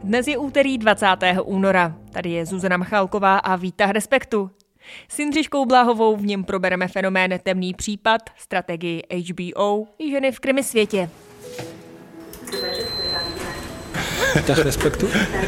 Dnes je úterý 20. února. Tady je Zuzana Machálková a výtah Respektu. S Jindřiškou Bláhovou v něm probereme fenomén Temný případ, strategii HBO i ženy v krimi světě. Výtah Respektu?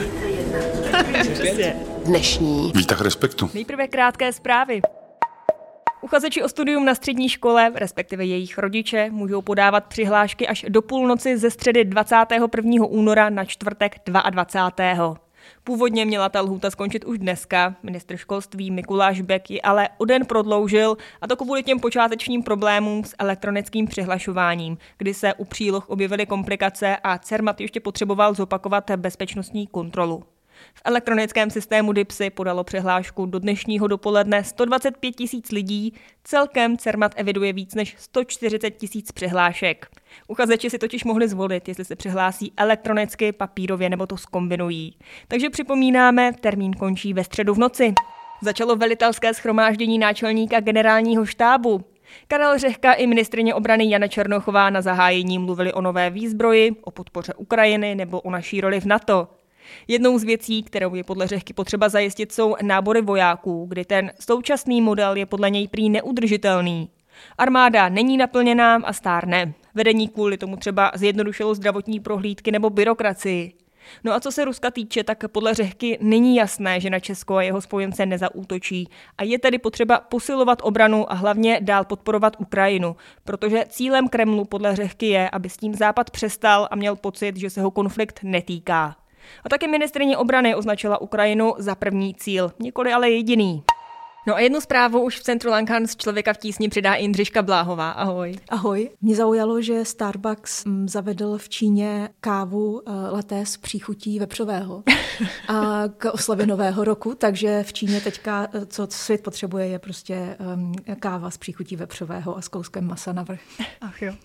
Dnešní Výtah Respektu. Nejprve krátké zprávy. Uchazeči o studium na střední škole, respektive jejich rodiče, můžou podávat přihlášky až do půlnoci ze středy 21. února na čtvrtek 22. Původně měla ta lhůta skončit už dneska. Ministr školství Mikuláš Bek ji ale o den prodloužil, a to kvůli těm počátečním problémům s elektronickým přihlašováním, kdy se u příloh objevily komplikace a Cermat ještě potřeboval zopakovat bezpečnostní kontrolu. V elektronickém systému DIPSy podalo přihlášku do dnešního dopoledne 125 000 lidí, celkem Cermat eviduje víc než 140 000 přihlášek. Uchazeči si totiž mohli zvolit, jestli se přihlásí elektronicky, papírově nebo to zkombinují. Takže připomínáme, termín končí ve středu v noci. Začalo velitelské shromáždění náčelníka generálního štábu. Karel Řehka i ministryně obrany Jana Černochová na zahájení mluvili o nové výzbroji, o podpoře Ukrajiny nebo o naší roli v NATO. Jednou z věcí, kterou je podle Řehky potřeba zajistit, jsou nábory vojáků, kdy ten současný model je podle něj prý neudržitelný. Armáda není naplněná a stárne. Vedení kvůli tomu třeba zjednodušilo zdravotní prohlídky nebo byrokracii. No a co se Ruska týče, tak podle Řehky není jasné, že na Česko a jeho spojence nezaútočí. A je tedy potřeba posilovat obranu a hlavně dál podporovat Ukrajinu, protože cílem Kremlu podle Řehky je, aby s tím Západ přestal a měl pocit, že se ho konflikt netýká. A taky ministryně obrany označila Ukrajinu za první cíl, nikoli ale jediný. No a jednu zprávu už v centru Lankans Člověka v tísni přidá Jindřiška Bláhová. Ahoj. Ahoj. Mě zaujalo, že Starbucks zavedl v Číně kávu latte s příchutí vepřového a k oslavě Nového roku, takže v Číně teďka, co svět potřebuje, je prostě káva s příchutí vepřového a s kouskem masa navrch. Ach jo.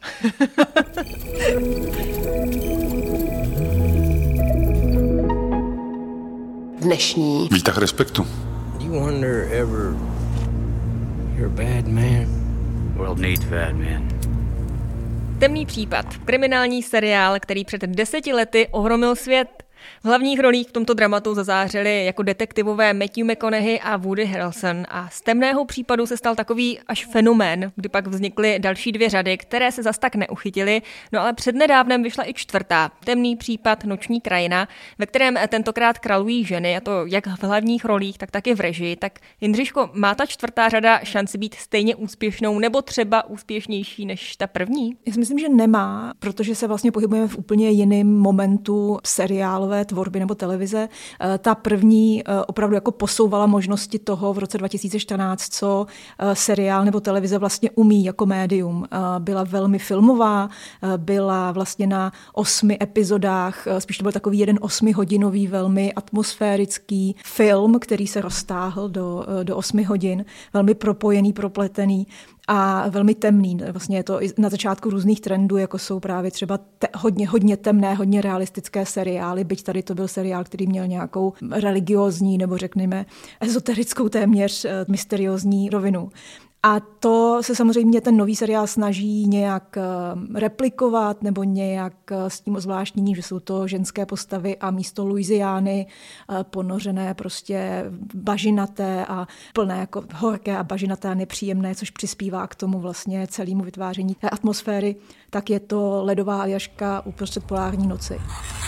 dnešní Výtah Respektu. You wonder ever you're a bad man? World needs bad men. Temný případ. Kriminální seriál, který před 10 lety ohromil svět. V hlavních rolích v tomto dramatu zazářili jako detektivové Matthew McConaughey a Woody Harrelson a z Temného případu se stal takový až fenomén, kdy pak vznikly další 2 řady, které se zas tak neuchytily, no ale přednedávnem vyšla i 4. Temný případ Noční krajina, ve kterém tentokrát králují ženy, a to jak v hlavních rolích, tak taky v režii. Tak Jindřiško, má ta 4. řada šanci být stejně úspěšnou nebo třeba úspěšnější než ta první? Já si myslím, že nemá, protože se vlastně pohybujeme v úplně jiném momentu seriálové tvorby nebo televize. Ta první opravdu jako posouvala možnosti toho v roce 2014, co seriál nebo televize vlastně umí jako médium. Byla velmi filmová, byla vlastně na 8 epizodách, spíš to byl takový jeden 8hodinový velmi atmosférický film, který se roztáhl do 8 hodin, velmi propojený, propletený a velmi temný. Vlastně je to i na začátku různých trendů, jako jsou právě třeba hodně temné, hodně realistické seriály, byť tady to byl seriál, který měl nějakou religiózní nebo řekněme ezoterickou téměř mysteriózní rovinu. A to se samozřejmě ten nový seriál snaží nějak replikovat nebo nějak s tím ozvláštnění, že jsou to ženské postavy a místo Louisiany ponořené prostě bažinaté a plné jako horké a bažinaté a nepříjemné, což přispívá k tomu vlastně celému vytváření té atmosféry, tak je to ledová Aljaška uprostřed polární noci.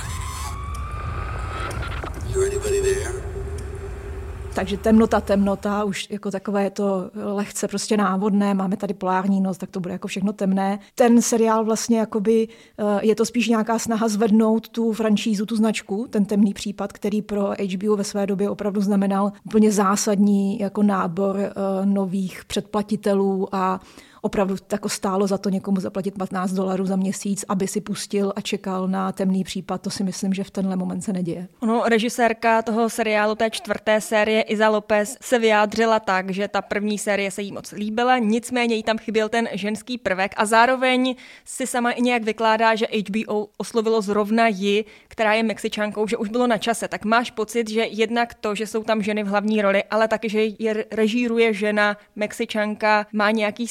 Takže temnota, už jako takové je to lehce prostě návodné, máme tady polární noc, tak to bude jako všechno temné. Ten seriál vlastně jakoby je to spíš nějaká snaha zvednout tu franšízu, tu značku, ten Temný případ, který pro HBO ve své době opravdu znamenal úplně zásadní jako nábor nových předplatitelů a opravdu tako stálo za to někomu zaplatit $15 za měsíc, aby si pustil a čekal na Temný případ. To si myslím, že v tenhle moment se neděje. Režisérka toho seriálu té 4. série Iza López se vyjádřila tak, že ta první série se jí moc líbila, nicméně jí tam chyběl ten ženský prvek a zároveň si sama i nějak vykládá, že HBO oslovilo zrovna ji, která je Mexičankou, že už bylo na čase. Tak máš pocit, že jednak to, že jsou tam ženy v hlavní roli, ale taky, že je režíruje žena Mexičanka, má nějaký smysl, že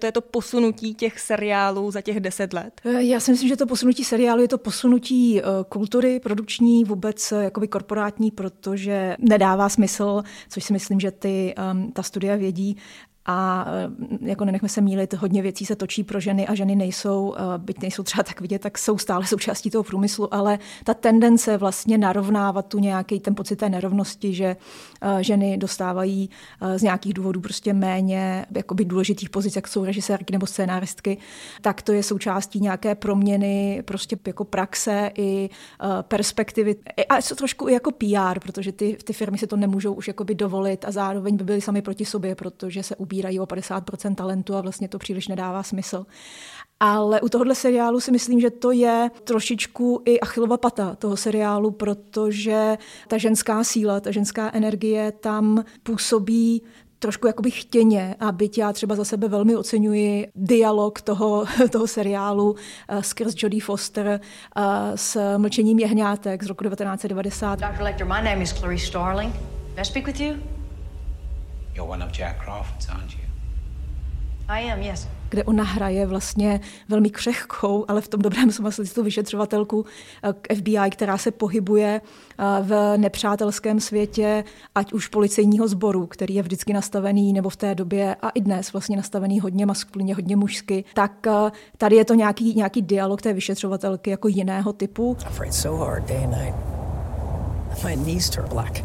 to je to posunutí těch seriálů za těch 10 let? Já si myslím, že to posunutí seriálu je to posunutí kultury produkční, vůbec jakoby korporátní, protože nedává smysl, což si myslím, že ta studia vědí, a jako nenechme se mýlit, hodně věcí se točí pro ženy a ženy nejsou, byť nejsou třeba tak vidět, tak jsou stále součástí toho průmyslu, ale ta tendence vlastně narovnávat tu nějaký ten pocit té nerovnosti, že ženy dostávají z nějakých důvodů prostě méně jakoby důležitých pozic, jak jsou režisérky nebo scénáristky, tak to je součástí nějaké proměny prostě jako praxe i perspektivy a trošku i jako PR, protože ty firmy si to nemůžou už jakoby dovolit a zároveň by byly sami proti sobě, protože se ubírají o 50% talentu a vlastně to příliš nedává smysl. Ale u tohohle seriálu si myslím, že to je trošičku i Achillova pata toho seriálu, protože ta ženská síla, ta ženská energie tam působí trošku jakoby chtěně, a byť já třeba za sebe velmi oceňuji dialog toho seriálu skrz Jodie Foster s Mlčením jehňátek z roku 1990. Dr. Lecter, my name is Clarice Starling. May I speak with you? You're one of Jack Crawford's, aren't you? I am, yes. Kde ona hraje vlastně velmi křehkou, ale v tom dobrém slova smyslu vyšetřovatelku k FBI, která se pohybuje v nepřátelském světě, ať už policejního sboru, který je vždycky nastavený, nebo v té době a i dnes vlastně nastavený hodně maskulinně, hodně mužsky, tak tady je to nějaký dialog té vyšetřovatelky jako jiného typu. I prayed so hard day and night. My knees turned black.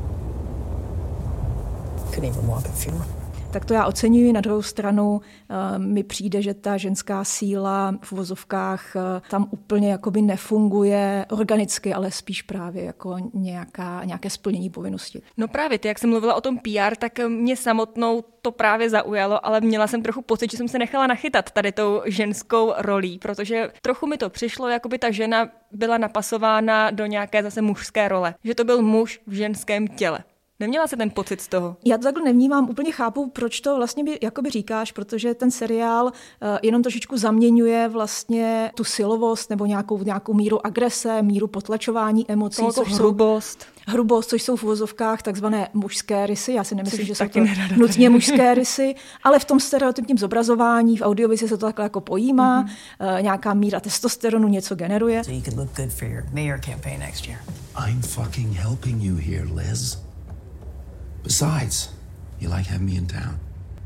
Couldn't even walk a few. Tak to já oceňuji. Na druhou stranu mi přijde, že ta ženská síla v uvozovkách tam úplně jakoby nefunguje organicky, ale spíš právě jako nějaké splnění povinnosti. No právě, ty, jak jsem mluvila o tom PR, tak mě samotnou to právě zaujalo, ale měla jsem trochu pocit, že jsem se nechala nachytat tady tou ženskou rolí, protože trochu mi to přišlo, jako by ta žena byla napasována do nějaké zase mužské role. Že to byl muž v ženském těle. Neměla jsi ten pocit z toho? Já to takhle nevnímám, úplně chápu, proč to vlastně jakoby říkáš, protože ten seriál jenom trošičku zaměňuje vlastně tu silovost nebo nějakou míru agrese, míru potlačování emocí. Což hrubost, což jsou v uvozovkách takzvané mužské rysy. Já si nemyslím, že jsou to nutně mužské rysy, ale v tom stereotypním zobrazování, v audiovizi se to takhle jako pojímá, nějaká míra testosteronu něco generuje. So you could look good for your mayor campaign next year. I'm fucking helping you here, Liz. Besides, you like having me in town.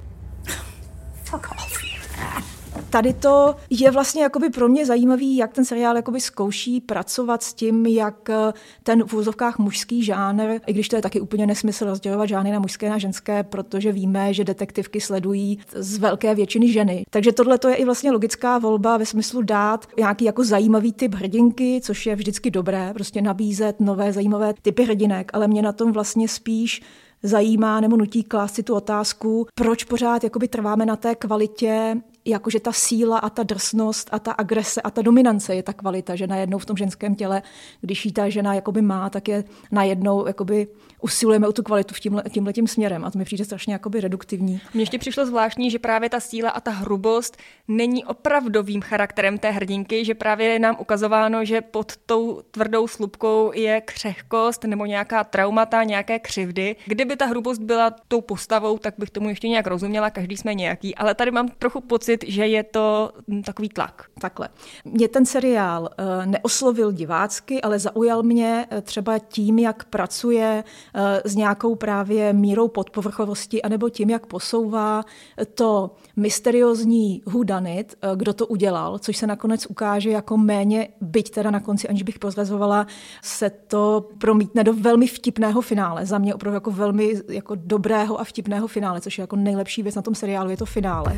Fuck off. Tady to je vlastně jakoby pro mě zajímavý, jak ten seriál jakoby zkouší pracovat s tím, jak ten v úvozovkách mužský žánr, i když to je taky úplně nesmysl rozdělovat žánry na mužské a ženské, protože víme, že detektivky sledují z velké většiny ženy. Takže tohle to je i vlastně logická volba ve smyslu dát nějaký jako zajímavý typ hrdinky, což je vždycky dobré, prostě nabízet nové zajímavé typy hrdinek, ale mě na tom vlastně spíš zajímá nebo nutí klást si tu otázku, proč pořád jakoby trváme na té kvalitě, jakože ta síla a ta drsnost a ta agrese a ta dominance je ta kvalita, že najednou v tom ženském těle, když ji ta žena jakoby má, tak je najednou jakoby usilujeme o tu kvalitu tímhletím směrem a to mi přijde strašně jakoby reduktivní. Mně ještě přišlo zvláštní, že právě ta síla a ta hrubost není opravdovým charakterem té hrdinky, že právě je nám ukazováno, že pod tou tvrdou slupkou je křehkost nebo nějaká traumata, nějaké křivdy. Kdyby ta hrubost byla tou postavou, tak bych tomu ještě nějak rozuměla, každý jsme nějaký, ale tady mám trochu pocit, že je to takový tlak. Takhle. Mě ten seriál neoslovil divácky, ale zaujal mě třeba tím, jak pracuje s nějakou právě mírou podpovrchovosti, anebo tím, jak posouvá to mysteriózní whodunit, kdo to udělal, což se nakonec ukáže jako méně, byť teda na konci, aniž bych prozrazovala, se to promítne do velmi vtipného finále. Za mě opravdu jako velmi jako dobrého a vtipného finále, což je jako nejlepší věc na tom seriálu, je to finále.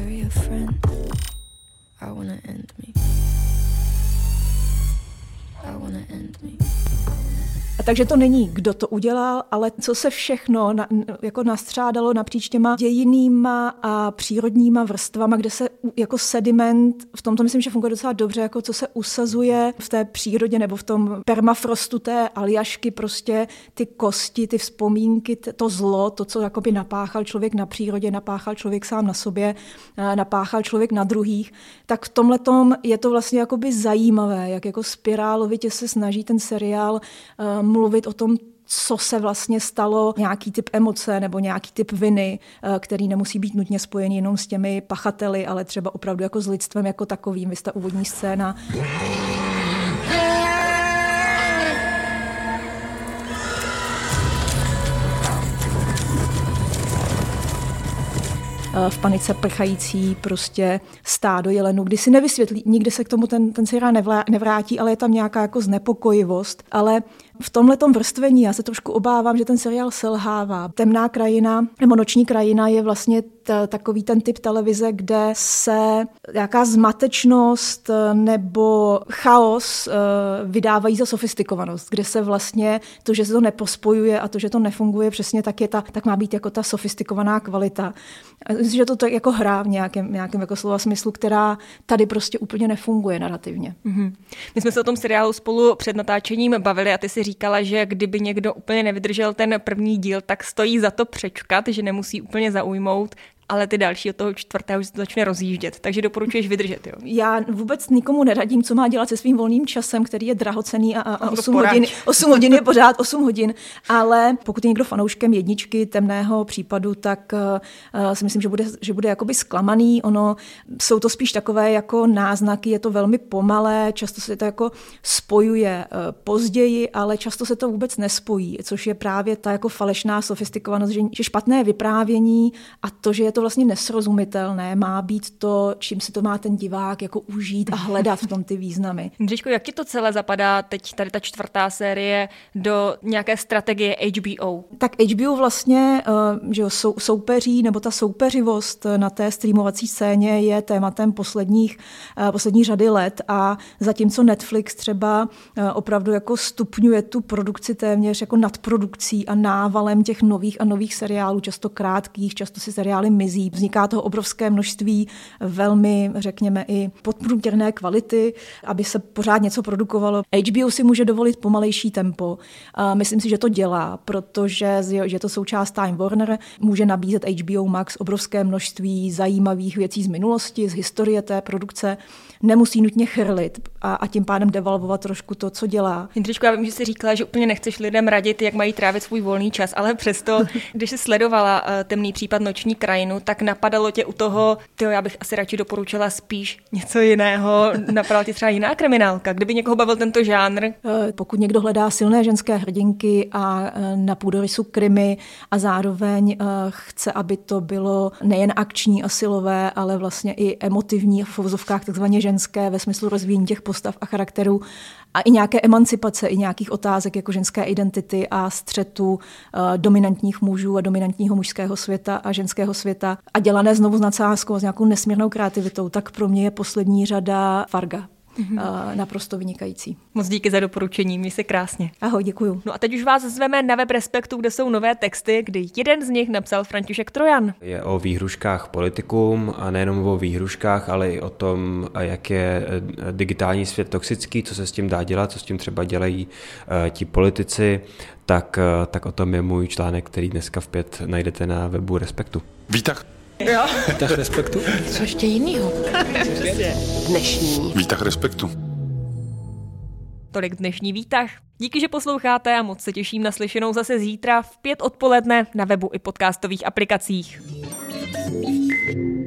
I wanna end me. A takže to není, kdo to udělal, ale co se všechno jako nastřádalo napříč těma dějinnýma a přírodníma vrstvama, kde se jako sediment, v tomto myslím, že funguje docela dobře, jako co se usazuje v té přírodě nebo v tom permafrostu té Aljašky, prostě ty kosti, ty vzpomínky, to zlo, to, co jakoby napáchal člověk na přírodě, napáchal člověk sám na sobě, napáchal člověk na druhých, tak v tomhletom je to vlastně jakoby zajímavé, jak jako spirálovitě se snaží ten seriál mluvit o tom co se vlastně stalo, nějaký typ emoce nebo nějaký typ viny, který nemusí být nutně spojený jenom s těmi pachateli, ale třeba opravdu jako s lidstvem jako takovým. Vy jste úvodní scéna. V panice prchající prostě stádo jelenů, kdy si nevysvětlí, nikdy se k tomu ten seriál nevrátí, ale je tam nějaká jako znepokojivost. Ale v tomhletom vrstvení já se trošku obávám, že ten seriál selhává. Temná krajina nebo Noční krajina je vlastně takový ten typ televize, kde se nějaká zmatečnost nebo chaos vydávají za sofistikovanost, kde se vlastně to, že se to nepospojuje a to, že to nefunguje přesně tak má být jako ta sofistikovaná kvalita. Myslím, že to jako hra v nějakém jako slova smyslu, která tady prostě úplně nefunguje narrativně. Mm-hmm. My jsme se o tom seriálu spolu před natáčením bavili a ty si říkala, že kdyby někdo úplně nevydržel ten první díl, tak stojí za to přečkat, že nemusí úplně zaujmout, ale ty další od toho 4. už se to začne rozjíždět, takže doporučuješ vydržet, jo? Já vůbec nikomu neradím, co má dělat se svým volným časem, který je drahocenný a 8 hodin je pořád 8 hodin, ale pokud je někdo fanouškem jedničky Temného případu, tak si myslím, že bude jakoby zklamaný. Jsou to spíš takové jako náznaky, je to velmi pomalé, často se to jako spojuje později, ale často se to vůbec nespojí, což je právě ta jako falešná sofistikovanost, že špatné vyprávění a to, že je to vlastně nesrozumitelné, má být to, čím si to má ten divák jako užít a hledat v tom ty významy. Jindřiško, jak ti to celé zapadá teď tady ta 4. série do nějaké strategie HBO? Tak HBO vlastně, že soupeří nebo ta soupeřivost na té streamovací scéně je tématem poslední řady let a zatímco Netflix třeba opravdu jako stupňuje tu produkci téměř jako nadprodukcí a návalem těch nových seriálů, často krátkých, často si seriály mizí. Vzniká toho obrovské množství velmi, řekněme, i podprůměrné kvality, aby se pořád něco produkovalo. HBO si může dovolit pomalejší tempo. Myslím si, že to dělá, protože je to součást Time Warner, může nabízet HBO Max obrovské množství zajímavých věcí z minulosti, z historie té produkce. Nemusí nutně chrlit a tím pádem devalvovat trošku to, co dělá. Jindřiško, já vím, že jsi říkala, že úplně nechceš lidem radit, jak mají trávit svůj volný čas, ale přesto, když jsi sledovala Temný případ Noční krajinu, tak napadalo tě u toho, já bych asi radši doporučila spíš něco jiného. Napadala tě třeba jiná kriminálka, kdyby někoho bavil tento žánr? Pokud někdo hledá silné ženské hrdinky a na půdorysu krimi a zároveň chce, aby to bylo nejen akční a silové, ale vlastně i emotivní a v uvozovkách takzvaně ženské ve smyslu rozvíjení těch postav a charakterů a i nějaké emancipace, i nějakých otázek jako ženské identity a střetu dominantních mužů a dominantního mužského světa a ženského světa a dělané znovu s nadsázkou a s nějakou nesmírnou kreativitou, tak pro mě je poslední řada Farga. Naprosto vynikající. Moc díky za doporučení, měj se krásně. Ahoj, děkuju. No a teď už vás zveme na web Respektu, kde jsou nové texty, kdy jeden z nich napsal František Trojan. Je o výhruškách politikům a nejenom o výhruškách, ale i o tom, jak je digitální svět toxický, co se s tím dá dělat, co s tím třeba dělají ti politici, tak o tom je můj článek, který dneska v 5 najdete na webu Respektu. Výtah. Jo. Výtah Respektu. Co ještě jinýho? Dnešní Výtah Respektu. Tolik dnešní výtah. Díky, že posloucháte a moc se těším na slyšenou zase zítra v 5 odpoledne na webu i podcastových aplikacích.